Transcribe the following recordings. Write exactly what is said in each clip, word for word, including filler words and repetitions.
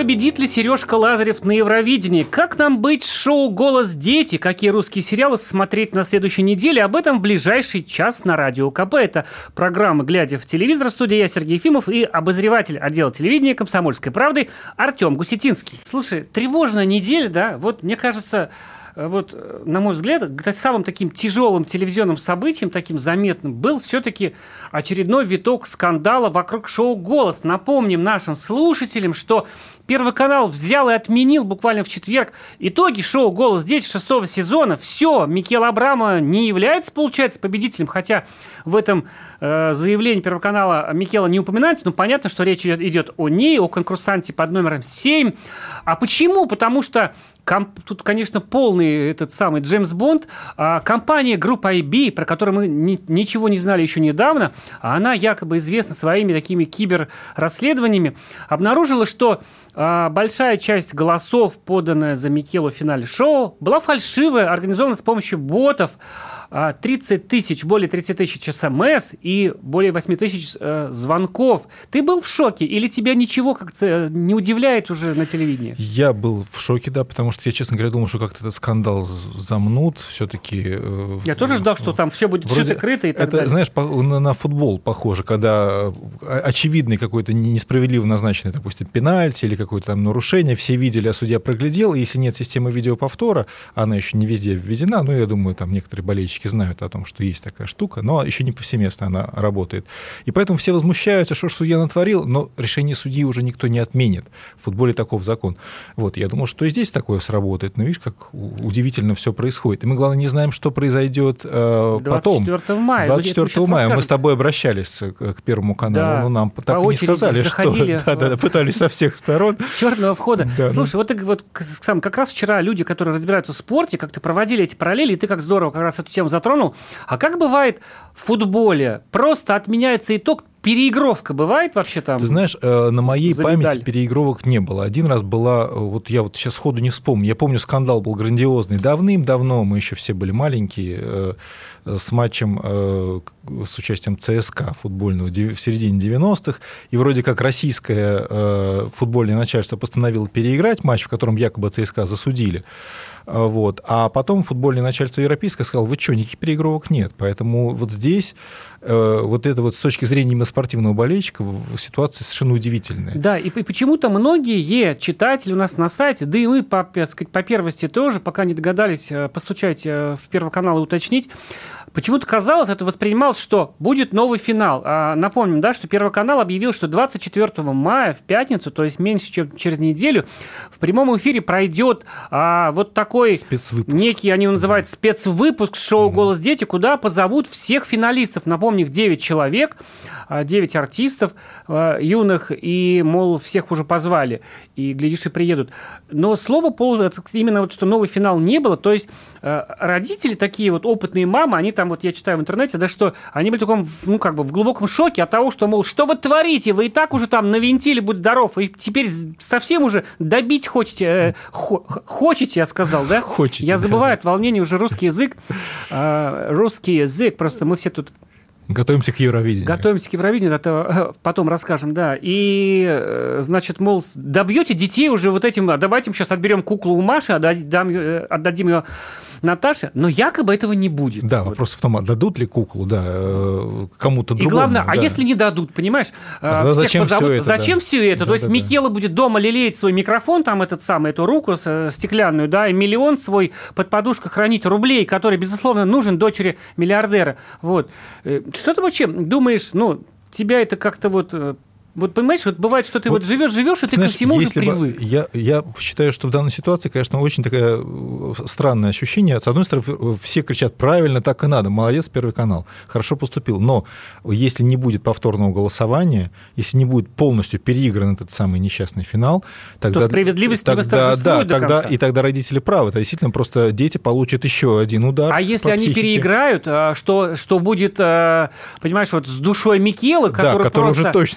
Победит ли Сережка Лазарев на Евровидении? Как нам быть с шоу «Голос дети»? Какие русские сериалы смотреть на следующей неделе? Об этом в ближайший час на Радио КП. Это программа «Глядя в телевизор». В студии я, Сергей Ефимов, и обозреватель отдела телевидения «Комсомольской правды» Артем Гусетинский. Слушай, тревожная неделя, да? Вот, мне кажется... Вот, на мой взгляд, самым таким тяжелым телевизионным событием, таким заметным, был все-таки очередной виток скандала вокруг шоу «Голос». Напомним нашим слушателям, что Первый канал взял и отменил буквально в четверг итоги шоу «Голос дети» шестого сезона. Все, Микел Абрама не является, получается, победителем, хотя в этом э, заявлении Первого канала Микела не упоминается, но понятно, что речь идет о ней, о конкурсанте под номером семь. А почему? Потому что Комп... Тут, конечно, полный этот самый Джеймс Бонд. А компания группа ай би, про которую мы ни... ничего не знали еще недавно, она якобы известна своими такими киберрасследованиями, обнаружила, что а, большая часть голосов, поданная за Микелу в финале шоу, была фальшивая, организована с помощью ботов. тридцать тысяч, более тридцать тысяч смс и более восемь тысяч э, звонков. Ты был в шоке или тебя ничего как-то не удивляет уже на телевидении? Я был в шоке, да, потому что я, честно говоря, думал, что как-то этот скандал замнут все-таки. Э, я тоже ждал, что там все будет шито-крыто и так это, далее. Знаешь, по, на, на футбол похоже, когда очевидный какой-то несправедливо назначенный, допустим, пенальти или какое-то там нарушение, все видели, а судья проглядел, и если нет системы видеоповтора, она еще не везде введена, ну, я думаю, там некоторые болельщики знают о том, что есть такая штука, но еще не повсеместно она работает. И поэтому все возмущаются, что ж судья натворил, но решение судьи уже никто не отменит. В футболе таков закон. Вот, я думал, что и здесь такое сработает, но видишь, как удивительно все происходит. И мы, главное, не знаем, что произойдет э, потом. двадцать четвёртого мая. двадцать четвёртого мая мы с тобой обращались к Первому каналу, да, но нам так и не сказали, заходили, что... Да, да, пытались со всех сторон. С черного входа. Да, Слушай, да. вот, ты, вот сам, как раз вчера люди, которые разбираются в спорте, как-то проводили эти параллели, и ты как здорово как раз эту тему затронул. А как бывает в футболе? Просто отменяется итог, переигровка бывает вообще там? Ты знаешь, на моей памяти переигровок не было. Один раз была, вот я вот сейчас сходу не вспомню, я помню, скандал был грандиозный давным-давно, мы еще все были маленькие, с матчем с участием ЦСКА футбольного в середине девяностых, и вроде как российское футбольное начальство постановило переиграть матч, в котором якобы ЦСКА засудили. Вот. А потом футбольное начальство европейское сказало, вы что, никаких переигровок нет. Поэтому вот здесь э, вот это вот с точки зрения именно спортивного болельщика ситуация совершенно удивительная. Да, и, и почему-то многие читатели у нас на сайте, да и мы по, сказать, по первости тоже, пока не догадались постучать в Первый канал и уточнить, почему-то казалось, это воспринималось, что будет новый финал. А, напомним, да, что Первый канал объявил, что двадцать четвёртого мая в пятницу, то есть меньше, чем через неделю, в прямом эфире пройдет а, вот такой некий, они его называют спецвыпуск шоу «Голос дети», куда позовут всех финалистов. Напомню, их девять человек, девять артистов юных, и, мол, всех уже позвали, и, глядишь, и приедут. Но слово именно вот, что новый финал не было, то есть родители, такие вот опытные мамы, они там, вот я читаю в интернете, да, что они были в таком, ну, как бы в глубоком шоке от того, что, мол, что вы творите, вы и так уже там навинтили, будь здоров, и теперь совсем уже добить хотите, хо- хочете, я сказал, да? Хочете, я забываю да. от волнения уже русский язык, русский язык, просто мы все тут Готовимся к Евровидению. Готовимся к Евровидению, это потом расскажем, да. И, значит, мол, добьете детей уже вот этим, давайте мы сейчас отберем куклу у Маши, отдадим, отдадим ее Наташе, но якобы этого не будет. Да, вот. Вопрос в том, дадут ли куклу, да, кому-то другому. И главное, да. а если не дадут, понимаешь, а всех зачем позовут, все это? Зачем да. все это? Да, То есть да, Микела да. будет дома лелеять свой микрофон, там этот самый, эту руку стеклянную, да, и миллион свой под подушкой хранить рублей, который, безусловно, нужен дочери миллиардера. Вот. Что ты вообще думаешь, ну, тебя это как-то вот... Вот понимаешь, вот бывает, что ты вот, вот живешь, живешь, и ты, знаешь, ко всему уже привык. Я, я считаю, что в данной ситуации, конечно, очень такое странное ощущение. С одной стороны, все кричат, правильно, так и надо, молодец, Первый канал, хорошо поступил. Но если не будет повторного голосования, если не будет полностью переигран этот самый несчастный финал, тогда... То справедливость тогда, не восторжествует да, до тогда, конца. И тогда родители правы. Это действительно просто дети получат еще один удар. А если они психике. переиграют, что, что будет, понимаешь, вот с душой Микелы, который, да, который просто... уже точно не победит.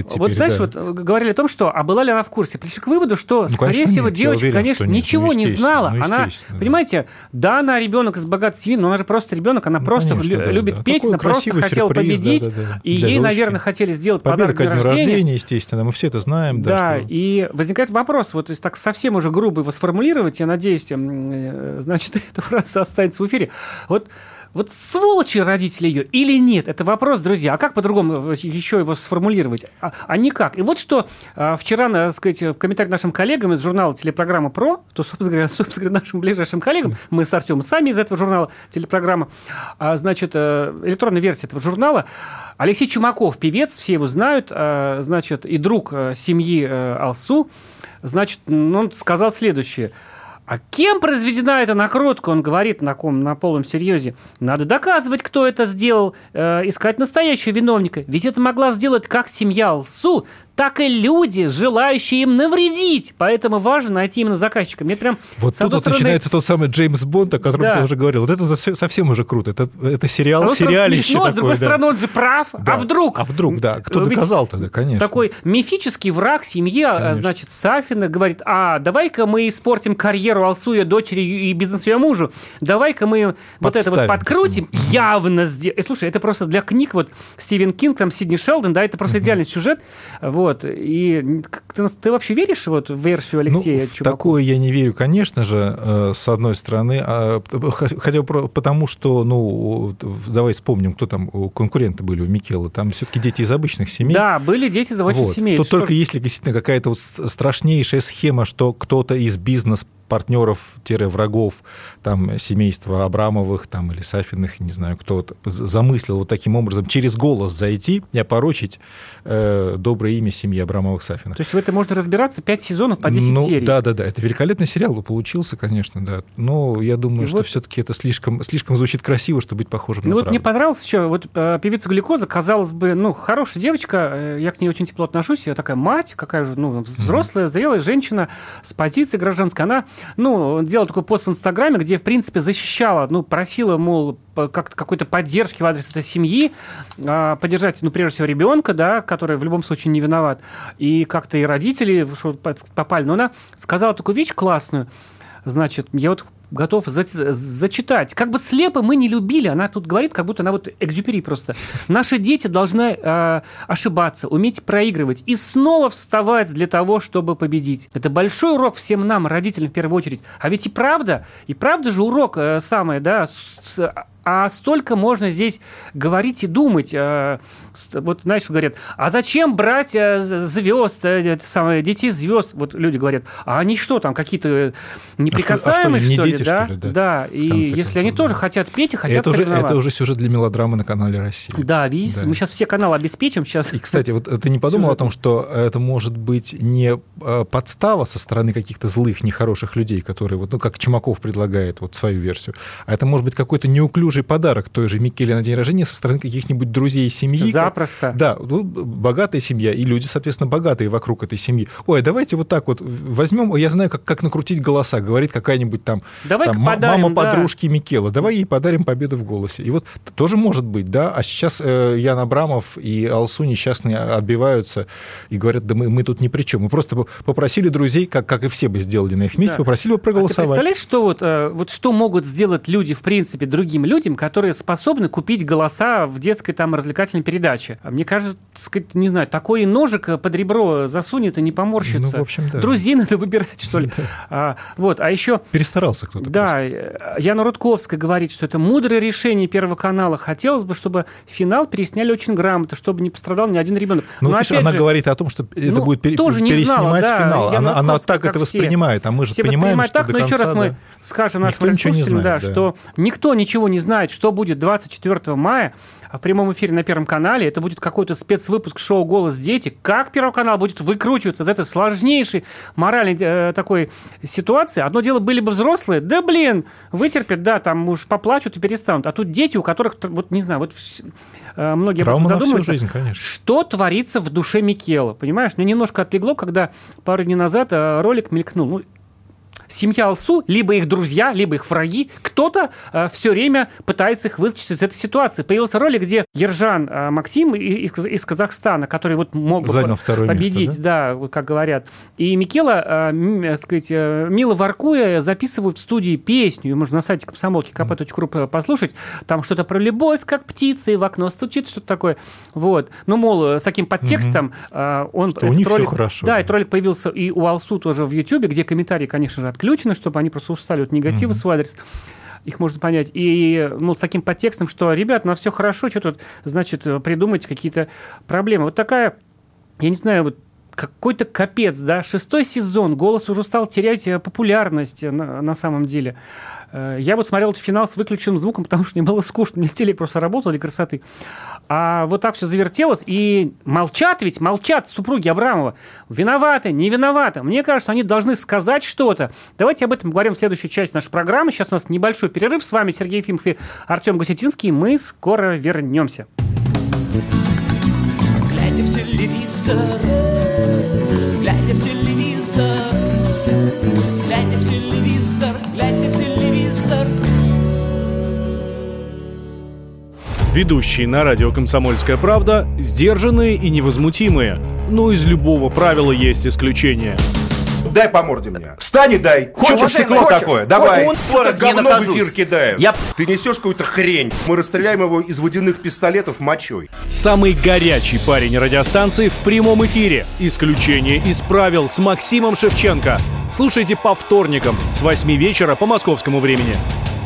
говорит теперь. Вот знаешь, да. вот говорили о том, что, а была ли она в курсе? Пришли к выводу, что, ну, скорее конечно, всего, нет. девочка, уверен, конечно, нет. ничего ну, не знала. Ну, она, да. понимаете, да, она ребенок из богатой семьи, но она же просто ребенок, она ну, просто конечно, лю- да, любит да. петь, Такой она просто хотела сюрприз, победить, да, да, да. и Для ей, дочки. наверное, хотели сделать Победа подарок ко дня дню рождения. рождения, естественно, мы все это знаем. Да, да что... и возникает вопрос, вот если так совсем уже грубо его сформулировать, я надеюсь, значит, эта фраза останется в эфире. Вот Вот сволочи родители ее или нет? Это вопрос, друзья. А как по-другому еще его сформулировать? А, а никак. И вот что а, вчера, так сказать, в комментариях нашим коллегам из журнала «Телепрограмма ПРО», то, собственно говоря, собственно говоря, нашим ближайшим коллегам, мы с Артемом сами из этого журнала «Телепрограмма», а, значит, электронная версия этого журнала, Алексей Чумаков, певец, все его знают, а, значит, и друг семьи Алсу, значит, он сказал следующее. А кем произведена эта накрутка? Он говорит на, ком, на полном серьезе. Надо доказывать, кто это сделал, э, искать настоящего виновника. Ведь это могла сделать как семья Алсу, так и люди, желающие им навредить. Поэтому важно найти именно заказчика. Мне прям, вот тут вот стороны... начинается тот самый Джеймс Бонд, о котором да. ты уже говорил. Вот это совсем уже круто. Это, это сериал, сериалище смешно, такое. С другой да. стороны, он же прав. Да. А вдруг? А вдруг, да. Кто доказал тогда, конечно. Такой мифический враг семьи, конечно. Значит, Сафина говорит, а давай-ка мы испортим карьеру Алсу, ее дочери и бизнес ее мужу. Давай-ка мы Подставим. вот это вот подкрутим. Mm-hmm. Явно сделаем. Слушай, это просто для книг, вот Стивен Кинг, там Сидни Шелдон, да, это просто mm-hmm. идеальный сюжет. Вот. И Ты, ты вообще веришь вот, в версию Алексея ну, Чумакова? В такое я не верю, конечно же, с одной стороны. Хотя бы потому, что, ну, давай вспомним, кто там конкуренты были у Микелы. Там все-таки дети из обычных семей. Да, были дети из обычных вот. семей. Тут только что... если действительно какая-то вот страшнейшая схема, что кто-то из бизнес партнеров-врагов там, семейства Абрамовых там, или Сафиных, не знаю, кто замыслил вот таким образом через голос зайти и опорочить э, доброе имя семьи Абрамовых-Сафиных. То есть в этом можно разбираться пять сезонов по десять ну, серий? Да-да-да, это великолепный сериал бы получился, конечно, да. Но я думаю, и что вот... все-таки это слишком, слишком звучит красиво, чтобы быть похожим ну, на вот правду. Мне понравилось еще, вот певица Глюкоза, казалось бы, ну, хорошая девочка, я к ней очень тепло отношусь, я такая мать, какая же, ну, взрослая, зрелая женщина с позиции гражданской, она ну, делала такой пост в Инстаграме, где, в принципе, защищала, ну, просила, мол, как какой-то поддержки в адрес этой семьи, поддержать, ну, прежде всего, ребенка, да, который в любом случае не виноват, и как-то и родители попали. Но она сказала такую вещь классную, значит, я вот готов за- зачитать. Как бы слепо мы не любили, она тут говорит, как будто она вот Экзюпери просто. Наши дети должны э, ошибаться, уметь проигрывать и снова вставать для того, чтобы победить. Это большой урок всем нам, родителям в первую очередь. А ведь и правда, и правда же урок э, самое, да, с, а столько можно здесь говорить и думать. Вот, знаешь, говорят, а зачем брать звезд, самое, детей звезд? Вот люди говорят, а они что там, какие-то неприкасаемые, а что, а что, что ли? Дети, да? Что ли, да, да. И если концов, они да. тоже хотят петь и хотят это соревноваться. Уже, это уже сюжет для мелодрамы на канале «Россия». Да, видите, да. мы сейчас все каналы обеспечим. Сейчас. И, кстати, вот ты не подумал сюжет. О том, что это может быть не подстава со стороны каких-то злых, нехороших людей, которые, вот, ну, как Чумаков предлагает вот свою версию, а это может быть какой-то неуклюжий подарок той же Микеле на день рождения со стороны каких-нибудь друзей семьи. Запросто. Как, да, ну, богатая семья, и люди, соответственно, богатые вокруг этой семьи. Ой, давайте вот так вот возьмем, я знаю, как, как накрутить голоса, говорит какая-нибудь там, там подарим, мама да. подружки Микелы, давай ей подарим победу в голосе. И вот тоже может быть, да, а сейчас э, Ян Абрамов и Алсу несчастные отбиваются и говорят, да мы, мы тут ни при чем. Мы просто попросили друзей, как, как и все бы сделали на их месте, да. попросили бы проголосовать. А ты представляешь, что вот, вот что могут сделать люди, в принципе, другим людям, которые способны купить голоса в детской там развлекательной передаче? Мне кажется, сказать, не знаю, такой ножик под ребро засунет и не поморщится. Ну, в общем, да. Друзей надо выбирать, что ли. а, вот, а еще... Перестарался кто-то. Да, просто. Яна Рудковская говорит, что это мудрое решение Первого канала. Хотелось бы, чтобы финал пересняли очень грамотно, чтобы не пострадал ни один ребенок. Ну, видишь, она же, говорит о том, что это ну, будет пере- переснимать знала, да, финал. Она, она так это воспринимает, а мы же все понимаем, что так, до но конца... еще раз да, мы скажем нашим слушателям, да, да. что никто ничего не знает, что будет двадцать четвёртого мая в прямом эфире на Первом канале. Это будет какой-то спецвыпуск шоу «Голос дети». Как Первый канал будет выкручиваться из этой сложнейшей моральной э, такой ситуации? Одно дело, были бы взрослые, да, блин, вытерпят, да, там уж поплачут и перестанут. А тут дети, у которых, вот не знаю, вот э, многие Травма об этом задумываются. Жизнь, конечно. Что творится в душе Микелы? Понимаешь, мне немножко отлегло, когда пару дней назад э, ролик мелькнул. Ну, семья Алсу, либо их друзья, либо их враги, кто-то э, все время пытается их вытащить из этой ситуации. Появился ролик, где Ержан э, Максим из, из Казахстана, который вот мог бы победить, место, да? да, как говорят. И Микела, э, сказать, э, мило воркуя, записывают в студии песню. Ее можно на сайте комсомолки ка пэ точка ру послушать. Там что-то про любовь, как птицы, в окно стучит, что-то такое. Вот. Ну, мол, с таким подтекстом э, он... Что у них ролик, все хорошо. Да, этот ролик появился и у Алсу тоже в Ютьюбе, где комментарии, конечно же, отключены, чтобы они просто устали от негатива mm-hmm. в свой адрес. Их можно понять. И ну, с таким подтекстом, что, ребят, у нас все хорошо, что тут, значит, придумать какие-то проблемы. Вот такая, я не знаю, вот какой-то капец, да, шестой сезон, «Голос» уже стал терять популярность на, на самом деле. Я вот смотрел этот финал с выключенным звуком, потому что мне было скучно, мне телек просто работал для красоты. А вот так все завертелось, и молчат ведь, молчат супруги Абрамова. Виноваты, не виноваты. Мне кажется, они должны сказать что-то. Давайте об этом поговорим в следующей части нашей программы. Сейчас у нас небольшой перерыв. С вами Сергей Ефимов и Артем Гусетинский. Мы скоро вернемся. Глядя в телевизор, глядя в телевизор, глядя в телевизор, глядя в телевизор. Ведущие на радио «Комсомольская правда» сдержанные и невозмутимые. Но из любого правила есть исключение. Дай по морде мне. Встань и дай. Хочешь стекло такое? Давай. Он что-то говно в эфир кидает. Я... Ты несешь какую-то хрень. Мы расстреляем его из водяных пистолетов мочой. Самый горячий парень радиостанции в прямом эфире. Исключение из правил с Максимом Шевченко. Слушайте по вторникам с восьми вечера по московскому времени.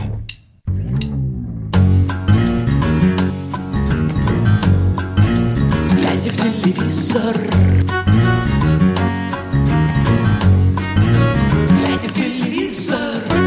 Глядя в телевизор, глядя в телевизор.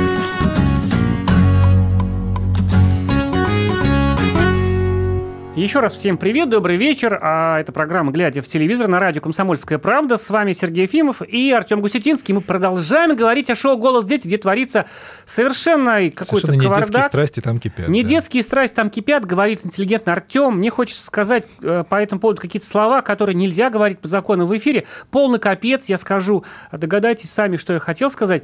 Еще раз всем привет, добрый вечер. А это программа «Глядя в телевизор» на радио «Комсомольская правда». С вами Сергей Ефимов и Артем Гусетинский. Мы продолжаем говорить о шоу «Голос дети», где творится совершенно какой-то совершенно кавардак. Не детские страсти там кипят. Не да. детские страсти там кипят, говорит интеллигентно Артем. Мне хочется сказать э, по этому поводу какие-то слова, которые нельзя говорить по закону в эфире. Полный капец, я скажу. Догадайтесь сами, что я хотел сказать.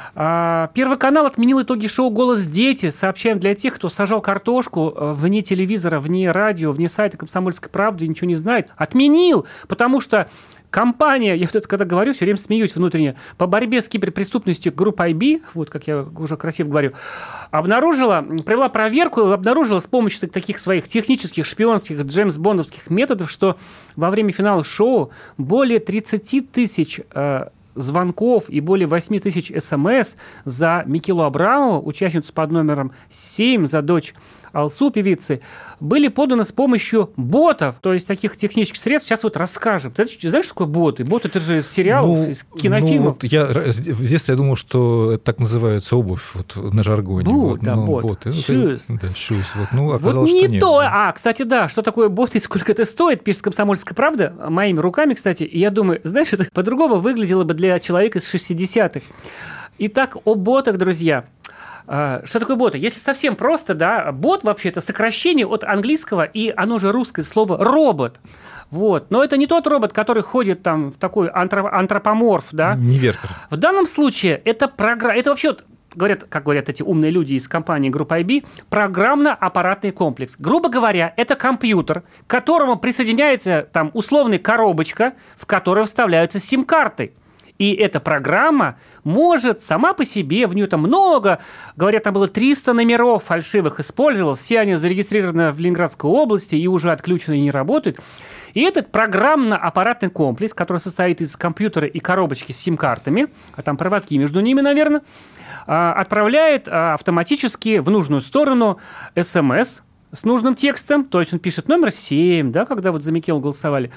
А, Первый канал отменил итоги шоу «Голос дети». Сообщаем для тех, кто сажал картошку вне телевизора, вне радио, вне сайта «Комсомольской правды» и ничего не знает. Отменил, потому что компания, я вот это когда говорю, все время смеюсь внутренне, по борьбе с киберпреступностью группа ай би, вот как я уже красиво говорю, обнаружила, провела проверку и обнаружила с помощью таких своих технических, шпионских, джеймс-бондовских методов, что во время финала шоу более тридцать тысяч э, звонков и более восемь тысяч смс за Микелу Абрамову, участницу под номером семь, за дочь Алсу, певицы, были поданы с помощью ботов, то есть таких технических средств. Сейчас вот расскажем. Ты знаешь, что такое боты? Боты — это же из сериалов, ну, из кинофильмов. Ну, вот я, в детстве я думал, что это так называется обувь вот, на жаргоне. Бот, вот, да, ну, бот. боты. Shoes. Да, shoes. Вот, ну, оказалось, вот не что нет. То. А, кстати, да, что такое боты и сколько это стоит, пишет «Комсомольская правда», моими руками, кстати. И я думаю, знаешь, это по-другому выглядело бы для человека из шестидесятых. Итак, о ботах, друзья. Что такое боты? Если совсем просто, да, бот вообще это сокращение от английского, и оно же русское слово «робот». Вот. Но это не тот робот, который ходит там в такой антропоморф, да? Не вертер. В данном случае это программа, это вообще, говорят, как говорят эти умные люди из компании группы ай би, программно-аппаратный комплекс. Грубо говоря, это компьютер, к которому присоединяется там условная коробочка, в которую вставляются сим-карты. И эта программа может сама по себе, в нее там много, говорят, там было триста номеров фальшивых использовалось, все они зарегистрированы в Ленинградской области и уже отключены и не работают. И этот программно-аппаратный комплекс, который состоит из компьютера и коробочки с сим-картами, а там проводки между ними, наверное, отправляет автоматически в нужную сторону СМС с нужным текстом, то есть он пишет номер семь, да, когда вот за Микелу голосовали,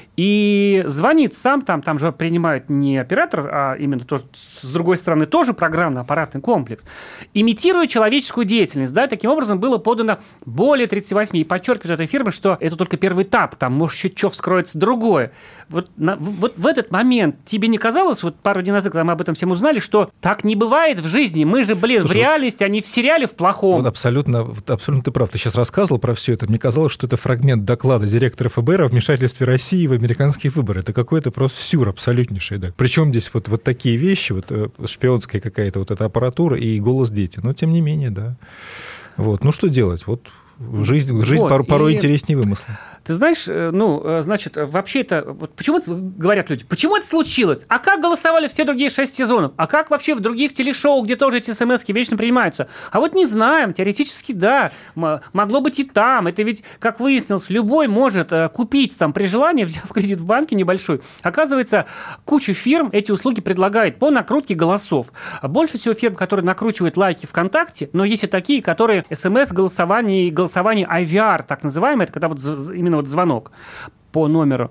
и звонит сам, там, там же принимает не оператор, а именно то, с другой стороны тоже программно-аппаратный комплекс, имитируя человеческую деятельность. Да, таким образом было подано более тридцати восьми. И подчеркивает эта фирма, что это только первый этап, там может еще что вскроется другое. Вот, на, вот в этот момент тебе не казалось, вот пару дней назад, когда мы об этом всем узнали, что так не бывает в жизни, мы же, блин, Слушай, в реальности, а не в сериале в плохом. Вот абсолютно, абсолютно ты прав. Ты сейчас рассказывал про все это. Мне казалось, что это фрагмент доклада директора эф бэ эр о вмешательстве России в американские выборы. Это какой-то просто сюр абсолютнейший. Да. Причем здесь вот, вот такие вещи, вот шпионская какая-то вот эта аппаратура и голос дети. Но тем не менее, да. Вот. Ну что делать? Вот жизнь, жизнь вот, порой, порой и... интереснее вымысла. Ты знаешь, ну, значит, вообще это... Вот почему это говорят люди? Почему это случилось? А как голосовали все другие шесть сезонов? А как вообще в других телешоу, где тоже эти смс-ки вечно принимаются? А вот не знаем. Теоретически, да. Могло быть и там. Это ведь, как выяснилось, любой может купить там при желании, взяв кредит в банке небольшой. Оказывается, куча фирм эти услуги предлагает по накрутке голосов. Больше всего фирм, которые накручивают лайки ВКонтакте, но есть и такие, которые смс-голосование и голосование ай ви ар, так называемое, это когда вот именно вот звонок по номеру.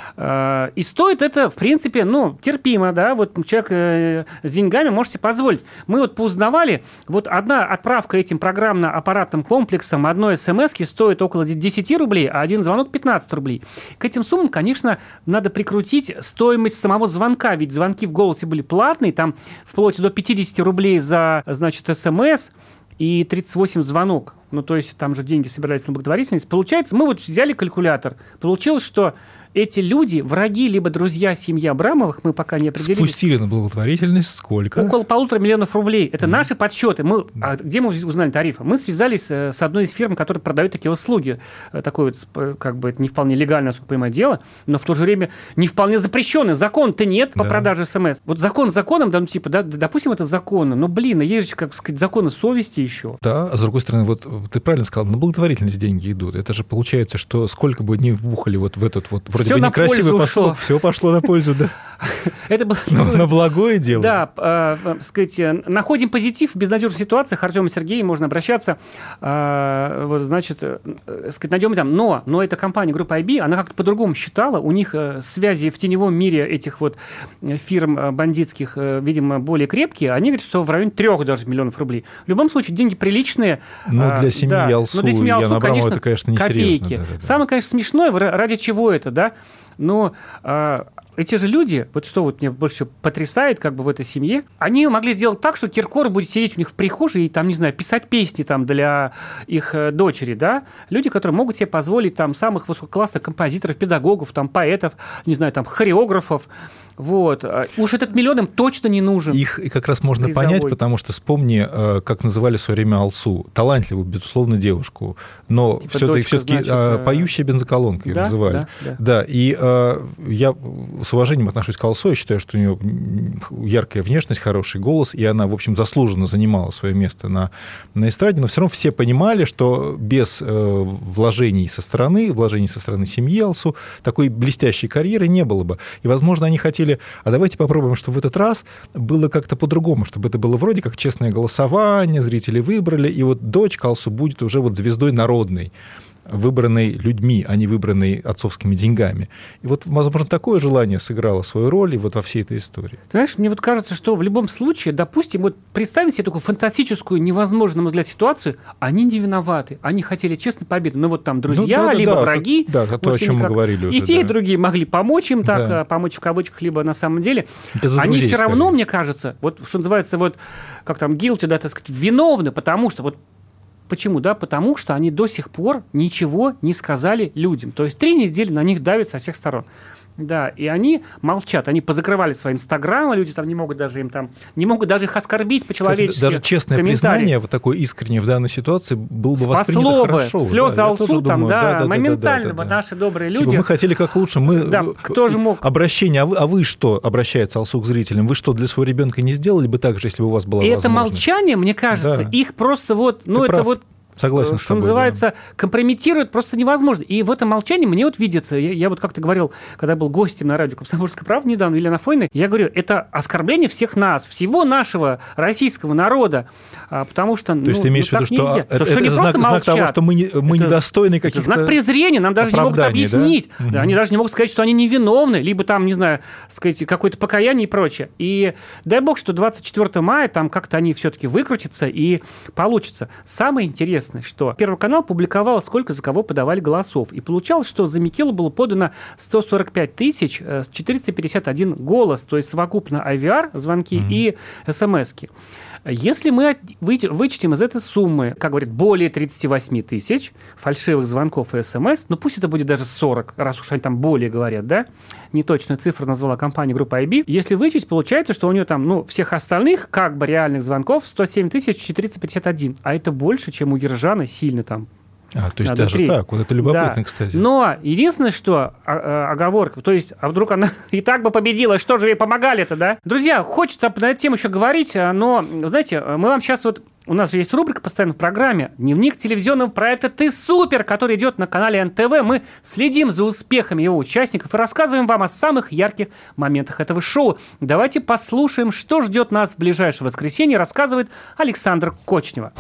И стоит это, в принципе, ну, терпимо, да, вот человек с деньгами может себе позволить. Мы вот поузнавали, вот одна отправка этим программно-аппаратным комплексом одной смс-ки стоит около десять рублей, а один звонок пятнадцать рублей. К этим суммам, конечно, надо прикрутить стоимость самого звонка, ведь звонки в голосе были платные, там вплоть до пятьдесят рублей за, значит, смс, и тридцать восемь звонок. Ну, то есть там же деньги собирались на благотворительность. Получается, мы вот взяли калькулятор. Получилось, что эти люди, враги, либо друзья семьи Абрамовых, мы пока не определились. Спустили на благотворительность сколько? Около полутора миллионов рублей. Это mm. наши подсчеты. Мы, а где мы узнали тарифы? Мы связались с одной из фирм, которая продает такие услуги. Такое вот, как бы, это не вполне легальное, насколько я понимаю, дело, но в то же время не вполне запрещенное. Закон-то нет по да. продаже смс. Вот закон законом, да, ну, типа, да, допустим, это законно, но, блин, есть же, как сказать, законы совести еще. Да, а с другой стороны, вот ты правильно сказал, на благотворительность деньги идут. Это же получается, что сколько бы ни вбухали вот в этот вот вроде все бы некрасивый пошло, все пошло на пользу, да. Это было... На благое дело. Да, э, сказать, находим позитив в безнадежных ситуациях. Артем и Сергей, можно обращаться. Э, вот, значит, э, сказать, найдем там. Но, но эта компания группа ай би, она как-то по-другому считала. У них э, связи в теневом мире этих вот фирм бандитских, э, видимо, более крепкие. Они говорят, что в районе трех даже миллионов рублей. В любом случае, деньги приличные. Ну, для семьи да, Алсу и Яна Абрамова это, конечно, несерьезно. Копейки. Да, да, да. Самое, конечно, смешное, ради чего это, да? Но э, эти же люди, вот что вот меня больше всего потрясает как бы в этой семье, они могли сделать так, что Киркоров будет сидеть у них в прихожей и там, не знаю, писать песни там для их дочери, да? Люди, которые могут себе позволить там самых высококлассных композиторов, педагогов, там поэтов, не знаю, там хореографов. Вот. Уж этот миллион им точно не нужен. Их и как раз можно призовой. понять, потому что вспомни, как называли в свое время Алсу. Талантливую, безусловно, девушку. Но типа все-таки, все-таки значит, поющая бензоколонка ее да, называли. Да, да. да, и э, я с уважением отношусь к Алсу. Я считаю, что у нее яркая внешность, хороший голос, и она, в общем, заслуженно занимала свое место на, на эстраде. Но все равно все понимали, что без э, вложений со стороны, вложений со стороны семьи Алсу, такой блестящей карьеры не было бы. И, возможно, они хотели а давайте попробуем, чтобы в этот раз было как-то по-другому, чтобы это было вроде как честное голосование, зрители выбрали, и вот дочка Алсу будет уже вот звездой народной, выбранной людьми, а не выбранной отцовскими деньгами. И вот, возможно, такое желание сыграло свою роль и вот во всей этой истории. Ты знаешь, мне вот кажется, что в любом случае, допустим, вот представим себе такую фантастическую, невозможную, на мой взгляд, ситуацию, они не виноваты, они хотели честной победы, но вот там друзья, ну, да, да, либо да, враги. Да, то, то о чем мы говорили уже. И те, да. и другие могли помочь им так, да. помочь в кавычках, либо на самом деле. Без они все равно, скорее. мне кажется, вот что называется, вот как там, guilty, да, так сказать, виновны, потому что вот почему? Да, потому что они до сих пор ничего не сказали людям. То есть три недели на них давят со всех сторон. Да, и они молчат, они позакрывали свои инстаграмы, люди там не могут даже им там, не могут даже их оскорбить по-человечески. Кстати, даже честное признание, вот такое искреннее в данной ситуации, было бы воспринято Спасло хорошо. бы, слезы да, Алсу там, да, да, да, моментально да, да, да, бы да. наши добрые люди. Типа мы хотели как лучше, мы... Да, кто же мог? Обращение, а вы, а вы что, обращается Алсу к зрителям, вы что, для своего ребенка не сделали бы так же, если бы у вас была и возможность? И это молчание, мне кажется, да. их просто вот, ну Ты это прав. вот... Согласен что с тобой, называется, да. компрометирует просто невозможно. И в этом молчании мне вот видится, я, я вот как-то говорил, когда был гостем на радио «Комсомольская правда» недавно, Елена Фойна, я говорю, это оскорбление всех нас, всего нашего российского народа, а, потому что, ну, То есть ты имеешь ну, в виду, что это, это, что это не знак, знак того, что мы, не, мы это, недостойны каких-то Это знак презрения, нам даже не могут объяснить, да? Да, они даже не могут сказать, что они невиновны, либо там, не знаю, сказать, какое-то покаяние и прочее. И дай бог, что двадцать четвёртого мая там как-то они все-таки выкрутятся и получится. Самое интересное, что Первый канал Канал публиковал, сколько за кого подавали голосов. И получалось, что за Микелу было подано сто сорок пять тысяч четыреста пятьдесят один голос, то есть совокупно ай ви ар, звонки mm-hmm. и смс-ки. Если мы вычтем из этой суммы, как говорят, более тридцать восемь тысяч фальшивых звонков и смс, ну пусть это будет даже сорок, раз уж они там более говорят, да, неточную цифру назвала компания группа ай би, если вычесть, получается, что у нее там, ну, всех остальных, как бы, реальных звонков сто семь тысяч четыреста пятьдесят один, а это больше, чем у Ержана, сильно там. А, то есть даже треть. Так, вот это любопытно, да. Кстати. Но единственное, что оговорка, то есть, а вдруг она и так бы победила, что же ей помогали-то, да? Друзья, хочется на эту тему еще говорить, но, знаете, мы вам сейчас вот, у нас же есть рубрика постоянно в программе «Дневник телевизионного проекта «Ты супер», который идет на канале эн тэ вэ. Мы следим за успехами его участников и рассказываем вам о самых ярких моментах этого шоу. Давайте послушаем, что ждет нас в ближайшее воскресенье, рассказывает Александр Кочнева.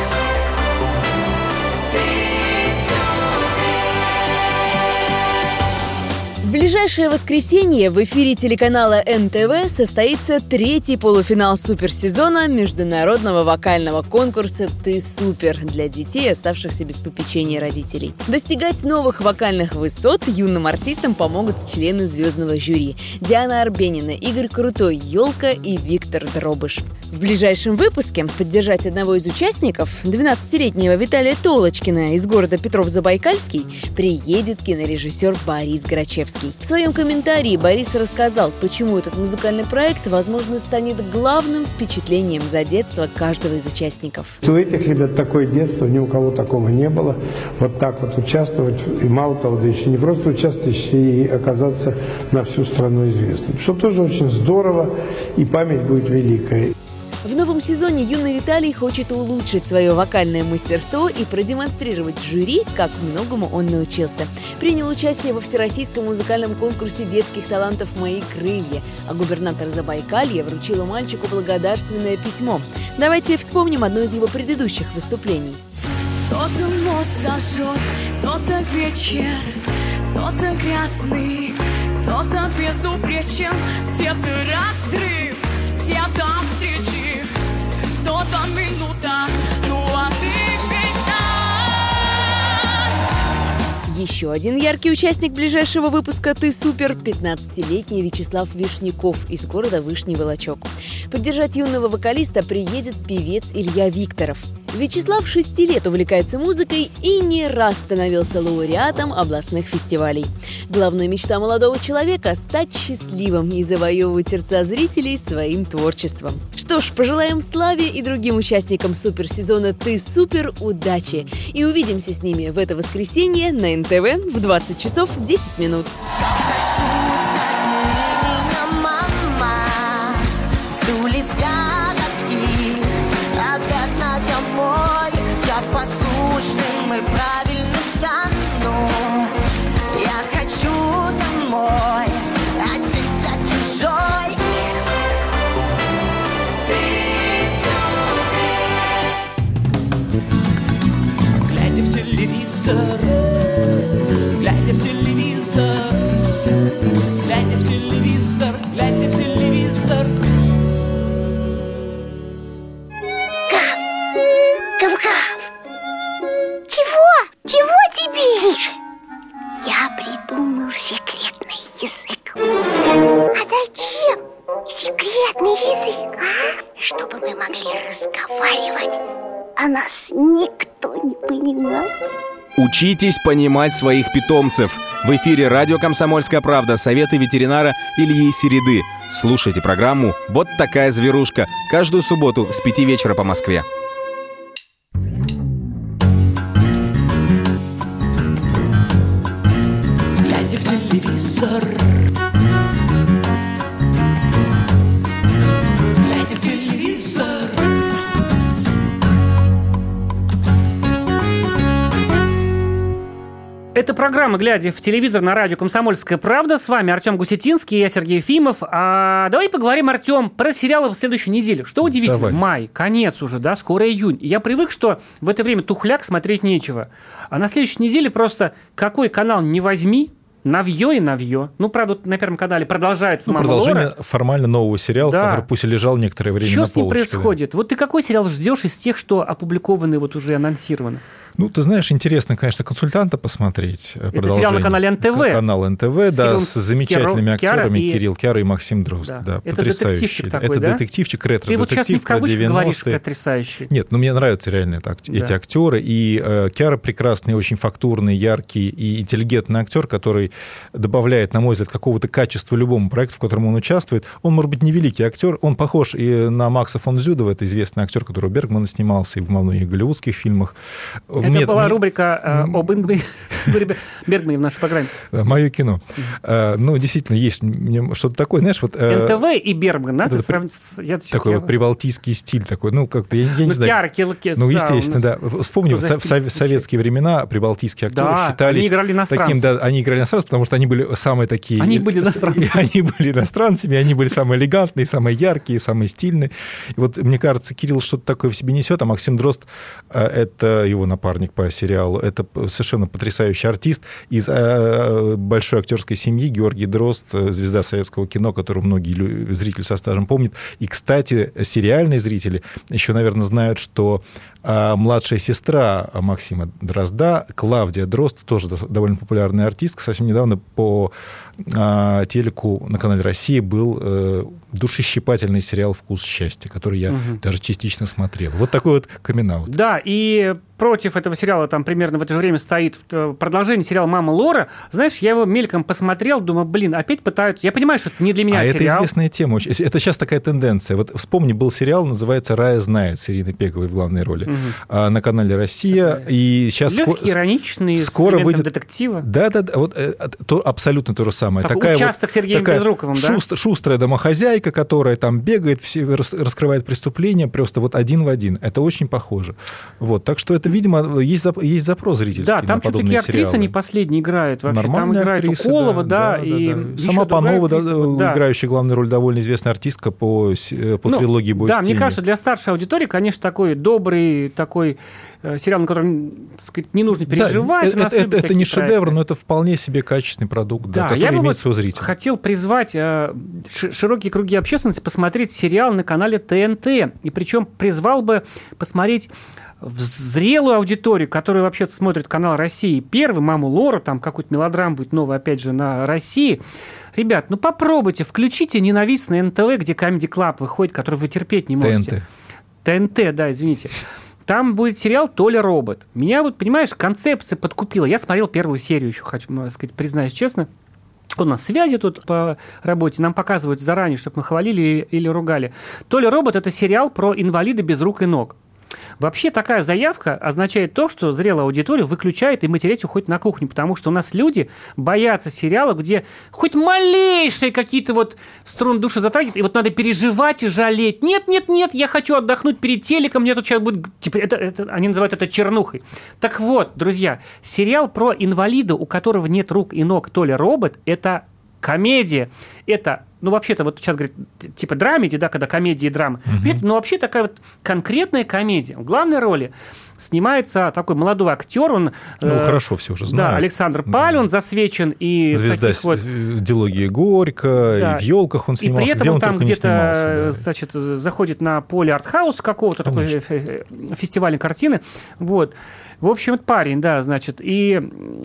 В ближайшее воскресенье в эфире телеканала эн тэ вэ состоится третий полуфинал суперсезона международного вокального конкурса «Ты супер» для детей, оставшихся без попечения родителей. Достигать новых вокальных высот юным артистам помогут члены звездного жюри Диана Арбенина, Игорь Крутой, Ёлка и Виктор Дробыш. В ближайшем выпуске поддержать одного из участников, двенадцатилетнего Виталия Толочкина из города Петров-Забайкальский, приедет кинорежиссер Борис Грачевский. В своем комментарии Борис рассказал, почему этот музыкальный проект, возможно, станет главным впечатлением за детство каждого из участников. У этих ребят такое детство, ни у кого такого не было. Вот так вот участвовать, и мало того, да еще не просто участвовать, еще и оказаться на всю страну известным. Что тоже очень здорово, и память будет великая. В новом сезоне юный Виталий хочет улучшить свое вокальное мастерство и продемонстрировать жюри, как многому он научился. Принял участие во всероссийском музыкальном конкурсе детских талантов «Мои крылья», а губернатор Забайкалья вручила мальчику благодарственное письмо. Давайте вспомним одно из его предыдущих выступлений. Кто-то мост зажжет, кто-то вечер, кто-то грязный, кто-то безупречен, где-то разрыв, где-то встречи, кто-то минута, ну а ты вечность. Еще один яркий участник ближайшего выпуска «Ты супер» – пятнадцатилетний Вячеслав Вишняков из города Вышний Волочок. Поддержать юного вокалиста приедет певец Илья Викторов. Вячеслав шести лет увлекается музыкой и не раз становился лауреатом областных фестивалей. Главная мечта молодого человека – стать счастливым и завоевывать сердца зрителей своим творчеством. Что ж, пожелаем Славе и другим участникам суперсезона «Ты супер» удачи! И увидимся с ними в это воскресенье на эн тэ вэ в двадцать часов десять минут. Послушным и правильным стану. Я хочу домой, а здесь я чужой. Ты супер. Глядя в телевизор, глядя в телевизор, глядя в телевизор, глядя в телевизор. Гав, гав, гав. Чего тебе? Тише! Я придумал секретный язык. А зачем секретный язык, а? Чтобы мы могли разговаривать, а нас никто не понимал. Учитесь понимать своих питомцев. В эфире радио «Комсомольская правда». Советы ветеринара Ильи Середы. Слушайте программу «Вот такая зверушка» каждую субботу с пяти вечера по Москве. Телевизор. Глядя в телевизор. Это программа «Глядя в телевизор» на радио «Комсомольская правда». С вами Артем Гусетинский и я Сергей Ефимов. А давай поговорим, Артем, про сериалы в следующей неделе. Что удивительно, давай. Май, конец уже, да, скоро июнь. Я привык, что в это время тухляк смотреть нечего. А на следующей неделе просто какой канал не возьми, навье и навье. Ну, правда, на Первом канале продолжается ну, «Мама продолжение Лора». формально нового сериала, да. Который пусть и лежал некоторое время что на полочке. Что с ним происходит? Да. Вот ты какой сериал ждешь из тех, что опубликованы, вот уже анонсированы? Ну, ты знаешь, интересно, конечно, «Консультанта» посмотреть. Это сериал на канале эн тэ вэ. Канал эн тэ вэ, с да, с замечательными Киро, актерами и... Кирилл Кяра и Максим Дрозд. Да. Да, это потрясающий. Детективчик такой, это да? детективчик, ретро-детектив. Ты вот сейчас не в кавычках говоришь девяностые. Потрясающий. Нет, ну мне нравятся реально это, да. эти актеры. И э, Кяра прекрасный, очень фактурный, яркий и интеллигентный актер, который добавляет, на мой взгляд, какого-то качества любому проекту, в котором он участвует. Он, может быть, не великий актер, он похож и на Макса фон Зюдова, это известный актер, который у Бергмана снимался и во многих голливудских фильмах. Это Нет, была мне... рубрика э, об Ингмаре Бергмане в нашей программе. Мое кино. Ну, действительно, есть что-то такое, знаешь, вот... эн тэ вэ и Бергман, надо сравнить... Такой вот прибалтийский стиль такой, ну, как-то, я не знаю. Ну, естественно, да. Вспомним, в советские времена прибалтийские актеры считались... они играли иностранцев. Да, они играли иностранцев, потому что они были самые такие... Они были иностранцами. Они были иностранцами, они были самые элегантные, самые яркие, самые стильные. И вот, мне кажется, Кирилл что-то такое в себе несет, а Максим Дрозд — это его напарник по сериалу, это совершенно потрясающий артист из большой актерской семьи, Георгий Дрозд, звезда советского кино, которую многие зрители со стажем помнят. И, кстати, сериальные зрители еще, наверное, знают, что младшая сестра Максима Дрозда, Клавдия Дрозд, тоже довольно популярная артистка, совсем недавно по телеку на канале «Россия» был душещипательный сериал «Вкус счастья», который я угу. даже частично смотрел. Вот такой вот камин-аут. Да, и против этого сериала там примерно в это же время стоит продолжение сериала «Мама Лора». Знаешь, я его мельком посмотрел, думаю, блин, опять пытаются... Я понимаю, что это не для меня а сериал. А это известная тема. Это сейчас такая тенденция. Вот вспомни, был сериал, называется «Рая знает», с Ириной Пеговой в главной роли. Угу. На канале «Россия». Такая и сейчас легкий, ско... ироничный, скоро с выйдет детектива. Да-да-да, вот то, абсолютно то же самое. Такой такая участок вот, Сергеем Безруковым, да? Шуст, шустрая домохозяйка, которая там бегает, все, раскрывает преступления, просто вот один в один. Это очень похоже. Вот. Так что это, видимо, есть, есть запрос зрительский. Да, там на подобные все-таки актриса сериалы. Не последняя играет. Вообще. Нормальная там играет актриса, Уколова, да, да, и да, да. Сама Панова, да, да. играющая главную роль, довольно известная артистка по, по ну, трилогии «Бой да, с тенью». мне кажется, для старшей аудитории, конечно, такой добрый, такой сериал, на который, так сказать, не нужно переживать. Да, это это, это не шедевр, проекты. Но это вполне себе качественный продукт, да, да, который я бы имеет вот своего зрителя. Хотел призвать э, широкие круги общественности посмотреть сериал на канале тэ эн тэ. И причем призвал бы посмотреть в зрелую аудиторию, которая вообще смотрит канал «Россия» первый, «Маму Лору», там какой-то мелодрам будет новый, опять же, на «России». Ребят, ну попробуйте, включите ненавистный эн тэ вэ, где Comedy Club выходит, который вы терпеть не можете. тэ эн тэ. тэ эн тэ, да, извините. Там будет сериал «Толя робот». Меня вот, понимаешь, концепция подкупила. Я смотрел первую серию еще, хочу сказать, признаюсь честно. У нас связи тут по работе, нам показывают заранее, чтобы мы хвалили или ругали. «Толя робот» — это сериал про инвалида без рук и ног. Вообще такая заявка означает то, что зрелая аудитория выключает и материть уходит на кухню, потому что у нас люди боятся сериалов, где хоть малейшие какие-то вот струны души затрагивают, и вот надо переживать и жалеть. Нет, нет, нет, я хочу отдохнуть перед телеком, мне тут сейчас будет... Типа, это, это, они называют это чернухой. Так вот, друзья, сериал про инвалида, у которого нет рук и ног, Толя робот, это комедия. Это, ну, вообще-то, вот сейчас говорят, типа драмеди, да, когда комедия и драма. Uh-huh. Но вообще такая вот конкретная комедия. В главной роли снимается такой молодой актер. Он, ну, э, хорошо все уже знают. Да, Александр Паль, да. Он засвечен. И звезда вот... «Дилогии Горько», да. И в «Елках» он снимался. И при этом где он он там где-то да. значит, заходит на поле артхаус какого-то, такой фестивальной картины. Вот. В общем, это парень, да, значит, и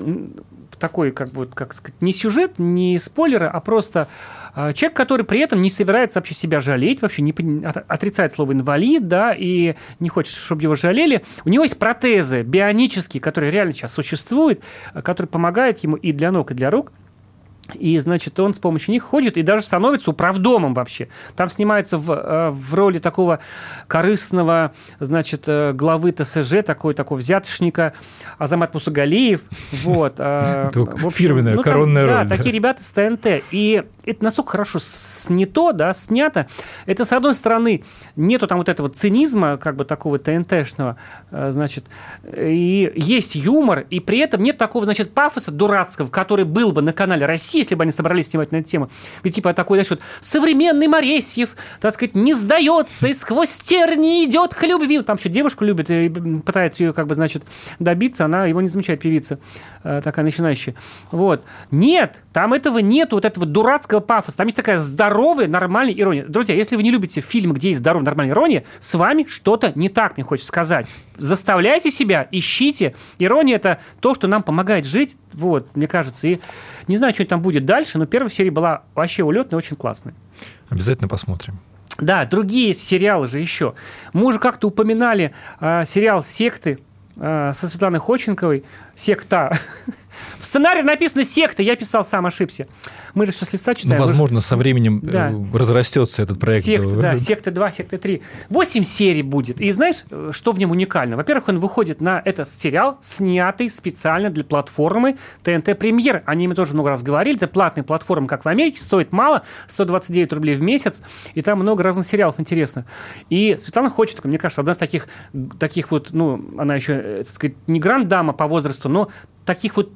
такой, как бы, как сказать, не сюжет, не спойлеры, а просто человек, который при этом не собирается вообще себя жалеть, вообще не отрицает слово «инвалид», да, и не хочет, чтобы его жалели. У него есть протезы бионические, которые реально сейчас существуют, которые помогают ему и для ног, и для рук. И, значит, он с помощью них ходит и даже становится управдомом вообще. Там снимается в, в роли такого корыстного, значит, главы тэ эс жэ, такой, такой взяточника Азамат Мусагалиев. Вот. Фирменная, коронная роль. Да, такие ребята с тэ эн тэ. И это настолько хорошо снято, да, снято. Это, с одной стороны, нету там вот этого цинизма, как бы такого тэ эн тэ-шного, значит, и есть юмор, и при этом нет такого, значит, пафоса дурацкого, который был бы на канале «Россия», России, если бы они собрались снимать на эту тему. Где типа такой, знаешь, вот, современный Моресьев, так сказать, не сдается и сквозь тернии идет к любви. Там что, девушку любит и пытается ее, как бы, значит, добиться, она его не замечает, певица такая начинающая. Вот. Нет, там этого нет, вот этого дурацкого пафоса. Там есть такая здоровая, нормальная ирония. Друзья, если вы не любите фильмы, где есть здоровая, нормальная ирония, с вами что-то не так, мне хочется сказать. Заставляйте себя, ищите. Ирония – это то, что нам помогает жить, вот, мне кажется. И не знаю, что там будет дальше, но первая серия была вообще улетная, очень классная. Обязательно посмотрим. Да, другие сериалы же еще. Мы уже как-то упоминали э, сериал «Секты» э, со Светланой Ходченковой. «Секта». В сценарии написано «Секта», я писал, сам ошибся. Мы же все с листа читаем. Ну, возможно, со временем да. разрастется этот проект. «Секта», да, «Секта два», «Секта три». Восемь серий будет. И знаешь, что в нем уникально? Во-первых, он выходит на... Это сериал, снятый специально для платформы тэ эн тэ Премьер. О ней мы тоже много раз говорили. Это платная платформа, как в Америке, стоит мало, сто двадцать девять рублей в месяц. И там много разных сериалов интересных. И Светлана Ходченкова, мне кажется, одна из таких, таких вот... Ну, она еще, так сказать, не гранд-дама по возрасту, но таких вот